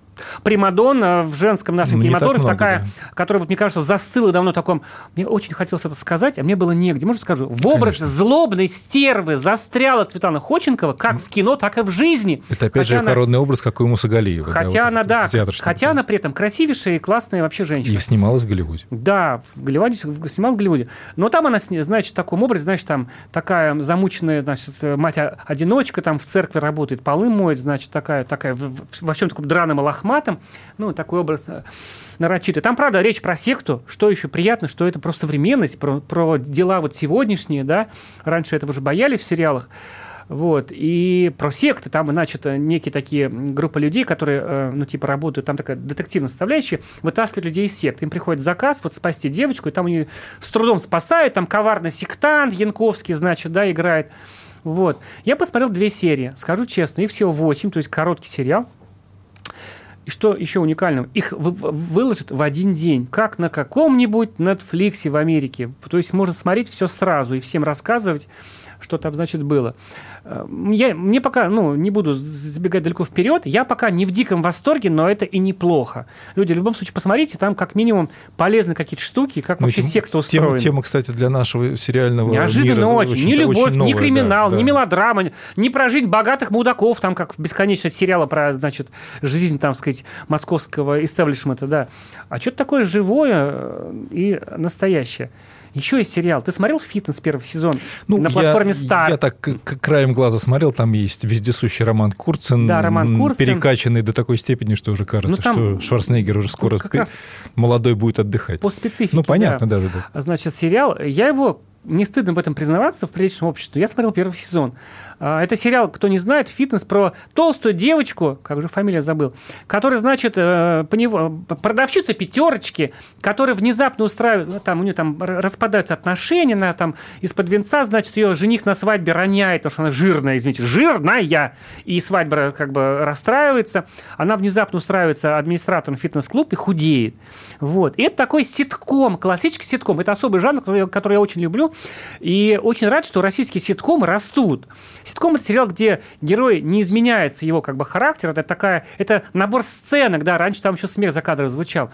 примадонна в женском нашем не кинематографе, много, такая, да. которая, вот, мне кажется, застыла давно в таком... Мне очень хотелось это сказать, а мне было негде. Может, скажу? В образе Конечно. злобной стервы застряла Светлана Ходченкова как в кино, так и в жизни. Это, опять хотя же, она... коронный образ, как у Мусагалиева. Хотя да, она, вот, да, хотя такой. она при этом красивейшая и классная вообще женщина. И снималась в Голливуде. Да, в Голливуде, снималась в Голливуде. Но там она, значит, в таком образе, значит, там такая замученная, значит, мать-одиночка, там в церкви работает, полы моет, значит, такая, такая во всем таком драном и лохматом. Ну, такой образ нарочитый. Там, правда, речь про секту. Что еще приятно, что это про современность, про, про дела вот сегодняшние, да. Раньше этого же боялись в сериалах. Вот. И про секты. Там, значит, некие такие группы людей, которые, ну, типа, работают, там такая детективная составляющая, вытаскивают людей из сект. Им приходит заказ вот спасти девочку, и там ее с трудом спасают. Там коварный сектант Янковский, значит, да, играет. Вот. Я посмотрел две серии, скажу честно. Их всего восемь, то есть короткий сериал. И что еще уникального? Их выложат в один день, как на каком-нибудь Netflix в Америке. То есть можно смотреть все сразу и всем рассказывать, что там, значит, было. Я, мне пока, ну, не буду забегать далеко вперед, я пока не в диком восторге, но это и неплохо. Люди, в любом случае, посмотрите, там как минимум полезны какие-то штуки, как ну, вообще тем, секта устроена. Тема, тема, кстати, для нашего сериального Неожиданно мира очень. очень. Ни любовь, очень новая, ни криминал, да, ни да. мелодрама, ни про жизнь богатых мудаков, там как бесконечно сериала про, значит, жизнь, там, сказать, московского истеблишмента, да. А что-то такое живое и настоящее. Еще есть сериал. Ты смотрел «Фитнес» первый сезон ну, на платформе Star? Я так краем глаза смотрел. Там есть вездесущий Роман Курцин. Да, Роман Курцин. Перекачанный до такой степени, что уже кажется, ну, там, что Шварценеггер уже скоро молодой будет отдыхать. По специфике, Ну, понятно, да. да, да. Значит, сериал. Я его... Не стыдно в этом признаваться в приличном обществе. Я смотрел первый сезон. Это сериал, кто не знает, «Фитнес», про толстую девочку, как же фамилия забыл, которая, значит, продавщица пятерочки, которая внезапно устраивает, ну, там, у нее там распадаются отношения, она там из-под венца, значит, ее жених на свадьбе роняет, потому что она жирная, извините, жирная, и свадьба как бы расстраивается. Она внезапно устраивается администратором в фитнес-клуб и худеет. Вот. И это такой ситком, классический ситком. Это особый жанр, который, который я очень люблю. И очень рад, что российские ситкомы растут. Ситком – это сериал, где герой не изменяется его как бы характер. Это, такая, это набор сценок, да, раньше там еще смех за кадром звучал.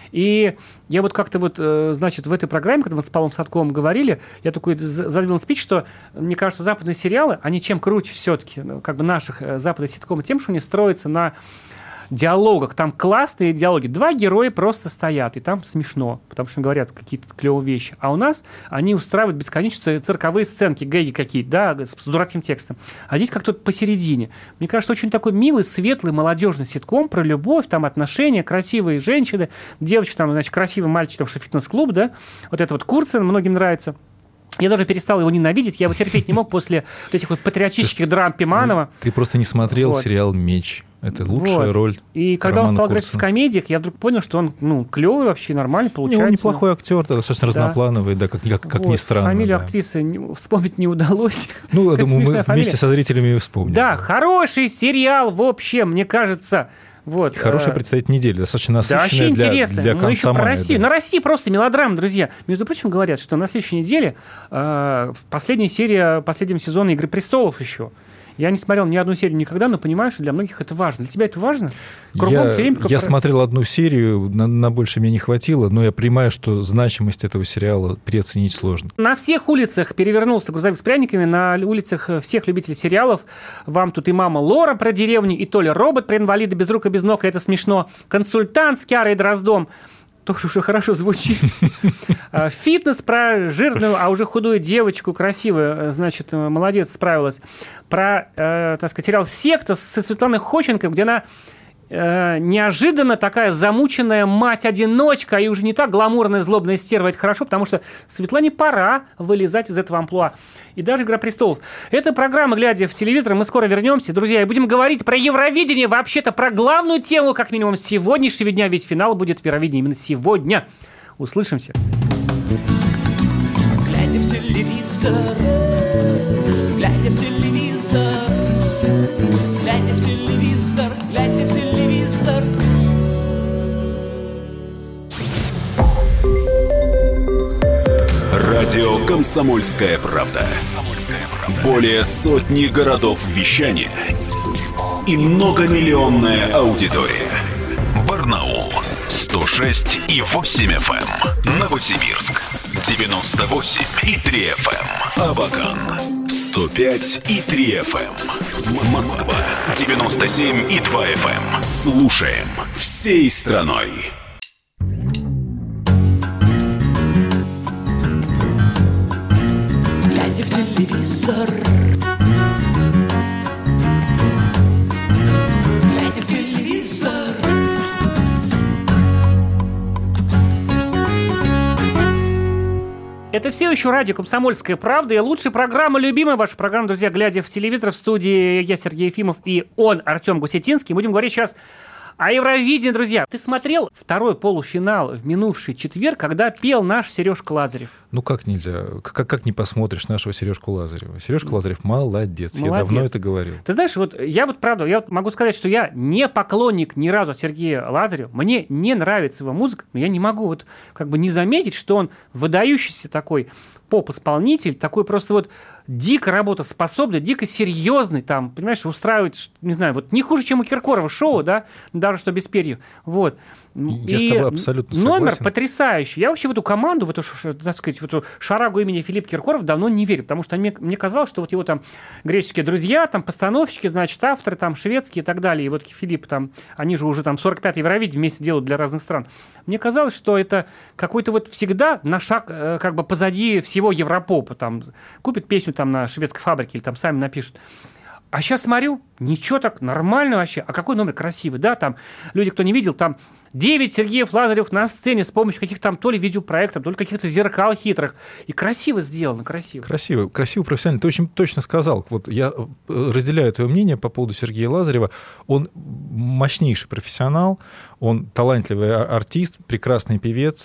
И я вот как-то вот, значит, в этой программе, когда мы с Павлом Садковым говорили, я такой задвинул спич, что, мне кажется, западные сериалы, они чем круче все-таки, как бы наших западных ситкомов, тем, что они строятся на диалогах. Там классные диалоги. Два героя просто стоят, и там смешно, потому что говорят какие-то клевые вещи. А у нас они устраивают бесконечные цирковые сценки, гэги какие-то, да, с дурацким текстом. А здесь как-то посередине. Мне кажется, очень такой милый, светлый, молодежный ситком про любовь, там отношения, красивые женщины, девочки, там, значит, красивый мальчик, там, что фитнес-клуб, да, вот это вот Курцин многим нравится. Я даже перестал его ненавидеть, я его терпеть не мог после вот этих вот патриотических драм Пиманова. Ты просто не смотрел вот. сериал «Меч». Это лучшая вот. роль. И когда Романа он стал Курцина. играть в комедиях, я вдруг понял, что он, ну, клевый вообще, нормальный, получается. Он неплохой актер, да, достаточно да. разноплановый, да, как, как, как вот. ни странно. Фамилию да. актрисы не, вспомнить не удалось. Ну, я думаю, мы фамилия. вместе со зрителями вспомним. Да, да, хороший сериал, в общем, мне кажется. Вот. Хорошая предстоит неделя, достаточно насыщенная да, вообще для, интересно. для Ну, еще про Россию. Да. На России просто мелодрама, друзья. Между прочим, говорят, что на следующей неделе э, последняя серия последнего сезона «Игры престолов» еще. Я не смотрел ни одну серию никогда, но понимаю, что для многих это важно. Для тебя это важно? Кругом я фильм, я про... смотрел одну серию, на, на больше мне не хватило, но я понимаю, что значимость этого сериала переоценить сложно. На всех улицах перевернулся грузовик с пряниками, на улицах всех любителей сериалов. Вам тут и мама Лора про деревню, и Толя робот про инвалида без рук и без ног, это смешно. Консультант с Киарой Дроздом. Тоже уже хорошо звучит. Фитнес про жирную, а уже худую девочку, красивую, значит, молодец, справилась. Про, э, так сказать, сериал «Секта» со Светланой Ходченко, где она э, неожиданно такая замученная мать-одиночка и уже не так гламурная, злобная стерва. Это хорошо, потому что Светлане пора вылезать из этого амплуа. И даже «Игра престолов». Это программа «Глядя в телевизор». Мы скоро вернемся, друзья, и будем говорить про Евровидение, вообще-то про главную тему, как минимум, сегодняшнего дня, ведь финал будет в Евровидении именно сегодня. Услышимся. Глядя в телевизор, глядя в телевизор, глядя в телевизор, глядя в телевизор. Радио «Комсомольская правда». Более сотни городов вещания и многомиллионная аудитория. Барнаул сто шесть и восемь эф эм, Новосибирск девяносто восемь и три эф эм, Абакан сто пять и три эф эм, Москва девяносто семь и два эф эм. Слушаем всей страной. Глядя в телевизор, глядя в телевизор. Это все еще радио «Комсомольская правда» и лучшая программа, любимая ваша программа, друзья, «Глядя в телевизор». В студии я, Сергей Ефимов, и он, Артем Гусетинский. Будем говорить сейчас о Евровидении, друзья. Ты смотрел второй полуфинал в минувший четверг, когда пел наш Сережка Лазарев? Ну как нельзя? Как, как не посмотришь нашего Сережку Лазарева? Сережка Лазарев молодец. молодец. Я давно это говорил. Ты знаешь, вот я вот правда, я могу сказать, что я не поклонник ни разу Сергея Лазарева. Мне не нравится его музыка, но я не могу вот как бы не заметить, что он выдающийся такой поп-исполнитель, такой просто вот дико работоспособный, дико серьезный, там, понимаешь, устраивает, не знаю, вот не хуже, чем у Киркорова шоу, да, даже что без перьев, вот. Я и с тобой абсолютно номер согласен. потрясающий. Я вообще в эту команду, в эту, так сказать, в эту шарагу имени Филипп Киркоров давно не верю, потому что мне, мне казалось, что вот его там греческие друзья, там постановщики, значит, авторы там шведские и так далее, и вот Филипп там, они же уже там сорок пятый Евровидение вместе делают для разных стран. Мне казалось, что это какой-то вот всегда на шаг как бы позади всего Европопа, там, купит песню там на шведской фабрике или там сами напишут. А сейчас смотрю, ничего так, нормально вообще. А какой номер красивый, да, там, люди, кто не видел, там девять Сергеев Лазарев на сцене с помощью каких-то там то ли видеопроектов, то ли каких-то зеркал хитрых. И красиво сделано, красиво. Красиво, красиво, профессионально. Ты очень точно сказал. Вот я разделяю твое мнение по поводу Сергея Лазарева. Он мощнейший профессионал, он талантливый артист, прекрасный певец.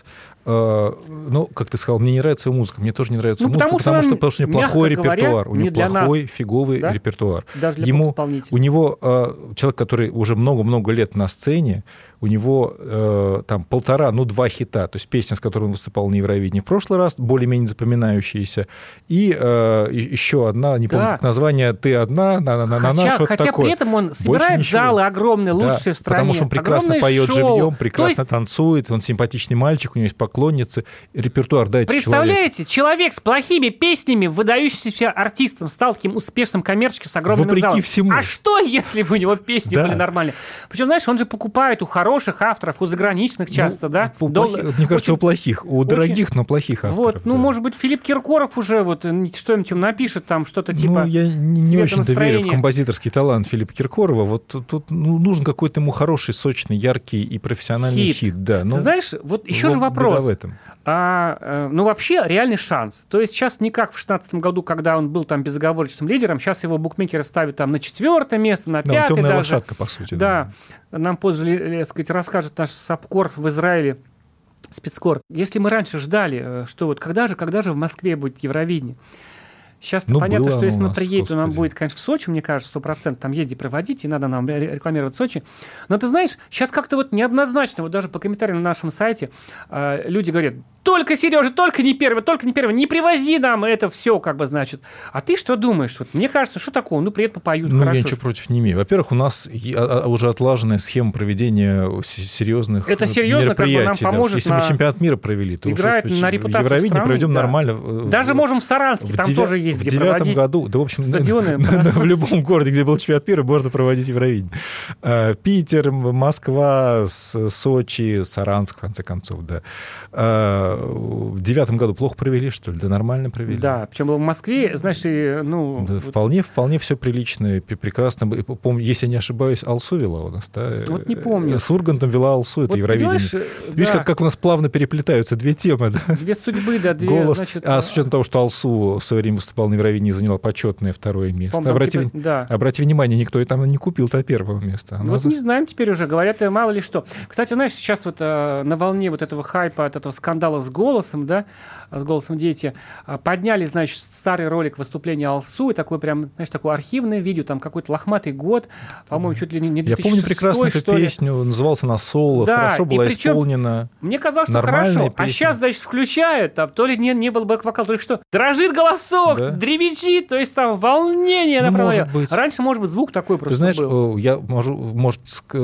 Ну, как ты сказал, мне не нравится его музыка, мне тоже не нравится ну, музыка, потому, потому, что, что, потому что у него плохой говоря, репертуар, у него плохой, нас. фиговый да? репертуар. Даже для Ему, у него человек, который уже много-много лет на сцене, у него э, там полтора, ну, два хита, то есть песня, с которой он выступал на Евровидении в прошлый раз, более-менее запоминающаяся, и э, еще одна, не помню, да. как название, «Ты одна», на-на-на-на, что-то хотя такое. при этом он собирает залы огромные, лучшие да, в стране. Потому что он прекрасно огромное поет шоу. живьем, прекрасно есть... танцует, он симпатичный мальчик, у него есть поклонницы, репертуар дайте Представляете, человеку. человек с плохими песнями, выдающийся артистом, стал таким успешным коммерческим с огромными Вопреки залами. всему. А что, если бы у него песни да. были нормальные? Причем, знаешь, он же покупает у хороших авторов, у заграничных часто, ну, да? У Дол... плохих, мне кажется, очень... у плохих, у дорогих, очень... но плохих авторов. Вот, ну, да. может быть, Филипп Киркоров уже вот что-нибудь напишет, там что-то типа... Ну, я не, не очень-то верю в композиторский талант Филиппа Киркорова. Вот тут, тут ну, нужен какой-то ему хороший, сочный, яркий и профессиональный хит. хит да. ну, Ты знаешь, вот еще же вопрос. В этом. А, ну, вообще, реальный шанс. То есть сейчас не как в шестнадцатом году, когда он был там безоговорочным лидером, сейчас его букмекеры ставят там на четвертое место, на пятое да, темная даже. лошадка, по сути. Да. да. Нам позже, так сказать, расскажет наш САПКОР в Израиле, спецкор. Если мы раньше ждали, что вот когда же, когда же в Москве будет Евровидение, сейчас-то ну, понятно, что если он приедет, то нам будет, конечно, в Сочи, мне кажется, сто процентов там езди проводить, и надо нам рекламировать Сочи. Но ты знаешь, сейчас как-то вот неоднозначно, вот даже по комментариям на нашем сайте э, люди говорят, только, Сережа, только не первый, только не первый, не привози нам это все, как бы, значит. А ты что думаешь? Вот мне кажется, что такого? Ну, привет, попоют, ну, хорошо. Я ничего против не имею. Во-первых, у нас уже отлаженная схема проведения серьезных это серьезно, мероприятий. Как бы нам поможет. Да. Если на... мы чемпионат мира провели, то играет уж, на репутацию Евровидение страны, проведем да. нормально. Даже можем в Саранске, в там девя... тоже есть в где девятом проводить. году, да, в общем, стадионы, в любом городе, где был чемпионат мира, можно проводить Евровидение. Питер, Москва, Сочи, Саранск, в конце концов, да. В девятом году плохо провели, что ли? Да нормально провели. Да, причем в Москве, знаешь, ну... Да, вот... Вполне, вполне все прилично, прекрасно. Помню, если я не ошибаюсь, Алсу вела у нас, да? Вот не помню. С Ургантом вела Алсу, это вот, Евровидение. Видишь, да. как, как у нас плавно переплетаются две темы, да? Две судьбы, да, две, Голос. Значит... А с учетом того, что Алсу в свое время выступал на Евровидении и заняла почетное второе место. Обрати, типа, да. обрати внимание, никто и там не купил-то первого места. Она вот за... не знаем теперь уже, говорят, мало ли что. Кстати, знаешь, сейчас вот э, на волне вот этого хайпа, от этого скандала с голосом, да, с голосом дети, э, подняли, значит, старый ролик выступления Алсу, и такой прям, знаешь, такое архивное видео, там какой-то лохматый год, по-моему, чуть ли не две тысячи шестой, я помню прекрасно эту песню, назывался «На соло», да, хорошо была причем, исполнена. Мне казалось, что хорошо, песня. А сейчас, значит, включают, там, то ли не, не был бэк-вокал, то ли что, дрожит голосок, да? дребезжит, то есть там волнение ну, направляет. Раньше, может быть, звук такой просто Ты знаешь, был. Я, может, может,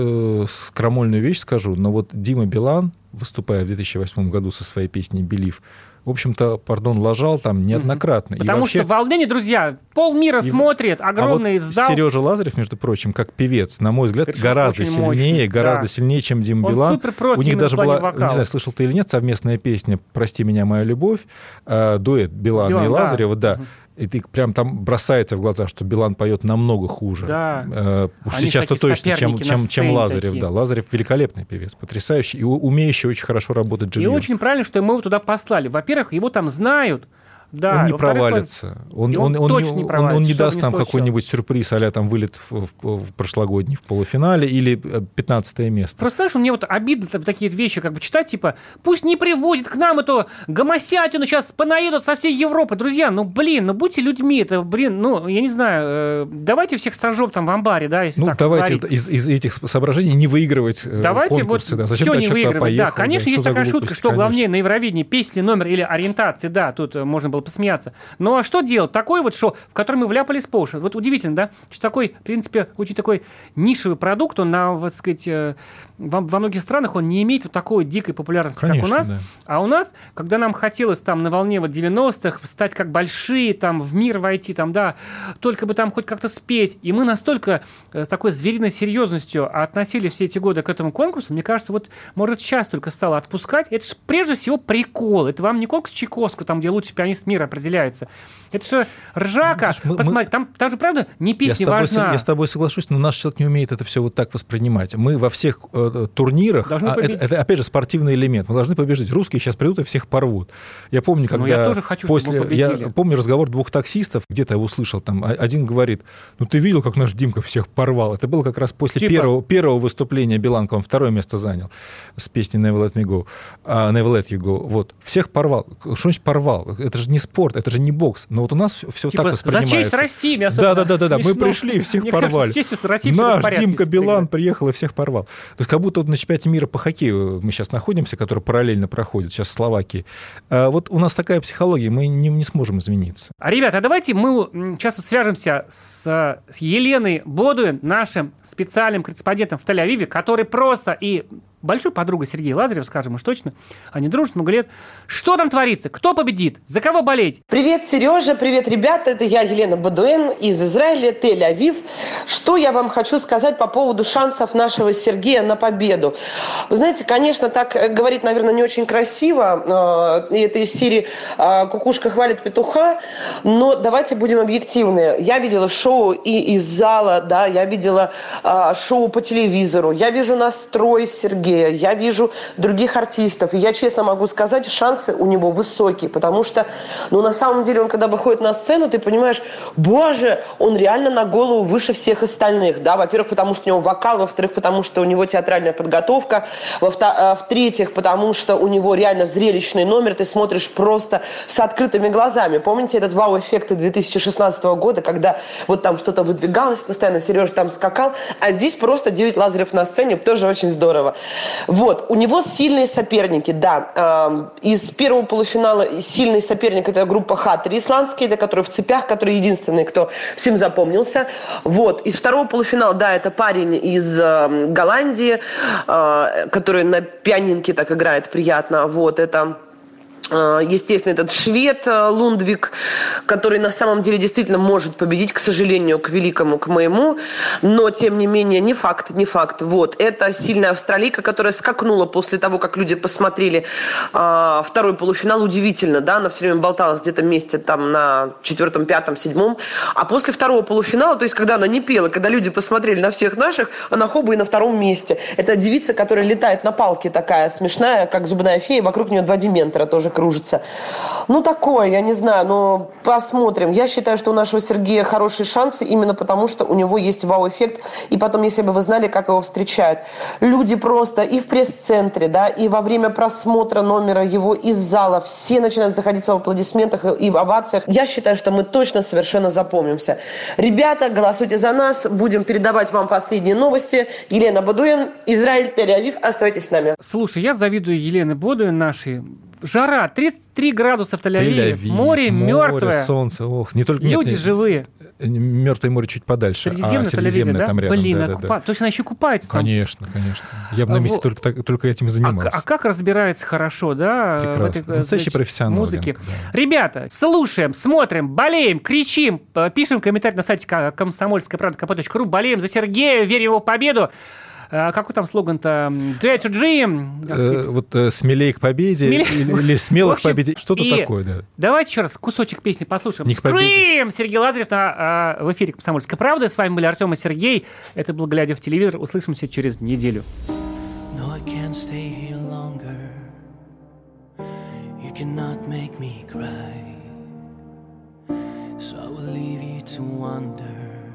скромольную вещь скажу, но вот Дима Билан, выступая в две тысячи восьмом году со своей песней «Белив», в общем-то, пардон, лажал там неоднократно. Потому и вообще... что волнение, друзья, полмира и... смотрит, огромный а вот зал. Сережа Лазарев, между прочим, как певец, на мой взгляд, Конечно, гораздо сильнее, мощный, гораздо да. сильнее, чем Дима Он Билан. У них даже была, вокала. не знаю, слышал ты или нет, совместная песня «Прости меня, моя любовь», э, дуэт Билана Билан, и Лазарева, да. да. И ты прям там бросается в глаза, что Билан поет намного хуже. Да. Э, уж сейчас-то точно, чем, чем, чем Лазарев. Да. Лазарев великолепный певец, потрясающий и умеющий очень хорошо работать живьем. И очень правильно, что мы его туда послали. Во-первых, его там знают. Да, он не провалится. Он, он, он, он, не, провалится, он не даст нам какой-нибудь сюрприз, а-ля там вылет в, в, в прошлогодний в полуфинале или пятнадцатое место. Просто знаешь, мне вот обидно такие вещи как бы читать, типа, пусть не привозят к нам эту гомосятину, сейчас понаедут со всей Европы. Друзья, ну, блин, ну, будьте людьми, это, блин, ну, я не знаю, э, давайте всех сожжем там в амбаре, да, если ну, так давайте из, из этих соображений не выигрывать давайте конкурсы. Вот да. Зачем все не выигрывать, поехал, да, конечно, да, есть такая глупость, шутка, что конечно. главнее на Евровидении песни, номер или ориентации, да, тут можно было посмеяться. Ну, а что делать? Такое вот шоу, в котором мы вляпались по уши. Вот удивительно, да? Что такой, в принципе, очень такой нишевый продукт, он, на, вот, сказать, во, во многих странах он не имеет вот такой дикой популярности, Конечно, как у нас. Да. А у нас, когда нам хотелось там на волне вот девяностых стать как большие, там, в мир войти, там, да, только бы там хоть как-то спеть, и мы настолько с такой звериной серьезностью относили все эти годы к этому конкурсу, мне кажется, вот, может, сейчас только стало отпускать. Это же прежде всего прикол. Это вам не конкурс Чайковского, там, где лучший пианист мира определяется. Это же ржака. Ну, Посмотри, мы... там, там же, правда, не песня я важна. С, я с тобой соглашусь, но наш человек не умеет это все вот так воспринимать. Мы во всех э, турнирах, а это, это, опять же, спортивный элемент, мы должны побеждать. Русские сейчас придут и всех порвут. Я помню, когда... Ну, я тоже хочу, после... чтобы мы победили. Я помню разговор двух таксистов, где-то я услышал, там, один говорит, ну, ты видел, как наш Димка всех порвал? Это было как раз после типа... первого, первого выступления Биланка, он второе место занял с песней Never Let Me Go, uh, Never Let You Go. Вот. Всех порвал. Что значит порвал? Это же не спорт, это же не бокс. Но вот у нас все типа, так воспринимается. За честь России, мне особенно да, да, да, да, мы пришли, всех мне порвали. Кажется, России наш порядке, Димка Билан приехал и всех порвал. То есть как будто вот на чемпионате мира по хоккею мы сейчас находимся, который параллельно проходит сейчас в Словакии. А вот у нас такая психология, мы не, не сможем измениться. А, ребята, а давайте мы сейчас вот свяжемся с, с Еленой Бодуин, нашим специальным корреспондентом в Тель-Авиве, который просто и... большой подругой Сергея Лазарева, скажем уж точно. Они дружат много лет. Что там творится? Кто победит? За кого болеть? Привет, Сережа. Привет, ребята. Это я, Елена Бодуэн из Израиля, Тель-Авив. Что я вам хочу сказать по поводу шансов нашего Сергея на победу? Вы знаете, конечно, так говорить, наверное, не очень красиво. И это из серии «Кукушка хвалит петуха». Но давайте будем объективны. Я видела шоу и из зала, да, я видела шоу по телевизору. Я вижу настрой Сергея. Я вижу других артистов, и я честно могу сказать, шансы у него высокие, потому что, ну, на самом деле, он когда выходит на сцену, ты понимаешь, боже, он реально на голову выше всех остальных, да, во-первых, потому что у него вокал, во-вторых, потому что у него театральная подготовка, в-третьих, потому что у него реально зрелищный номер, ты смотришь просто с открытыми глазами. Помните этот вау-эффект две тысячи шестнадцатого года, когда вот там что-то выдвигалось, постоянно Сережа там скакал, а здесь просто девять Лазарев на сцене, тоже очень здорово. Вот, у него сильные соперники, да. Из первого полуфинала сильный соперник — это группа «Хаттери» исландские, это которые в цепях, которые единственные, кто всем запомнился. Вот, из второго полуфинала, да, это парень из Голландии, который на пианинке так играет приятно. Вот, это... Естественно, этот швед Лундвик, который на самом деле действительно может победить, к сожалению, к великому, к моему, но, тем не менее, не факт, не факт. Вот, это сильная австралийка, которая скакнула после того, как люди посмотрели э, второй полуфинал. Удивительно, да, она все время болталась где-то месте там на четвертом, пятом, седьмом, а после второго полуфинала, то есть, когда она не пела, когда люди посмотрели на всех наших, она хоба и на втором месте. Это девица, которая летает на палке такая смешная, как зубная фея, вокруг нее два дементора тоже кружится. Ну, такое, я не знаю, но посмотрим. Я считаю, что у нашего Сергея хорошие шансы именно потому, что у него есть вау-эффект. И потом, если бы вы знали, как его встречают. Люди просто и в пресс-центре, да, и во время просмотра номера его из зала все начинают заходиться в аплодисментах и в овациях. Я считаю, что мы точно совершенно запомнимся. Ребята, голосуйте за нас. Будем передавать вам последние новости. Елена Бадуин, Израиль, Тель-Авив. Оставайтесь с нами. Слушай, я завидую Елене Бадуин нашей. Жара, тридцать три градуса в Тель-Авиве, Тель-Авив, море, море мертвое. Солнце, ох, не только... Люди нет, живые. Мертвое море чуть подальше, Средиземное, а Средиземное да? там рядом. Блин, да, а да, купа... да. то есть она еще купается там? Конечно, конечно. Я бы на месте Во... только, только этим и занимался. А, а как разбирается хорошо, да? Прекрасно. В этой, Настоящий значит, профессионал. музыке. Ленка, да. Ребята, слушаем, смотрим, болеем, кричим, пишем комментарий на сайте комсомольская правда кэ пэ точка ру, болеем за Сергея, верим в его победу. Какой там слоган-то? Dare to dream? Э, вот э, смелее к победе Смелее... или, или смело общем, к победе. Что-то и... такое, да. Давайте еще раз кусочек песни послушаем. Не к победе. Скрим! Сергей Лазарев на, а, в эфире «Комсомольской правды». С вами были Артем и Сергей. Это был «Глядя в телевизор». Услышимся через неделю. No, I can't stay here longer. You cannot make me cry. So I will leave you to wonder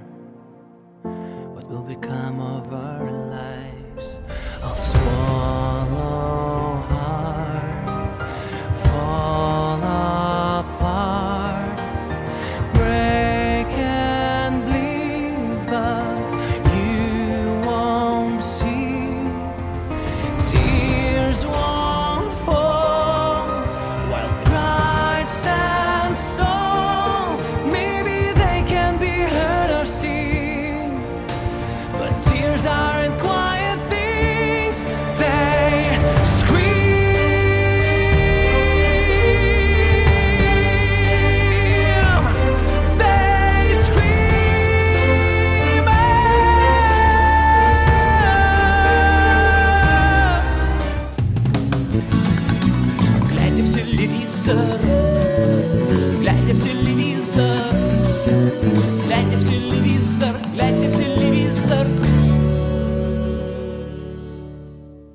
what will become of our lives. I'll swallow hard, fall apart, break and bleed, but you won't see. Tears won't fall while pride stands tall. Maybe they can be heard or seen, but tears aren't quiet things. They scream. They scream. Глядя в телевизор,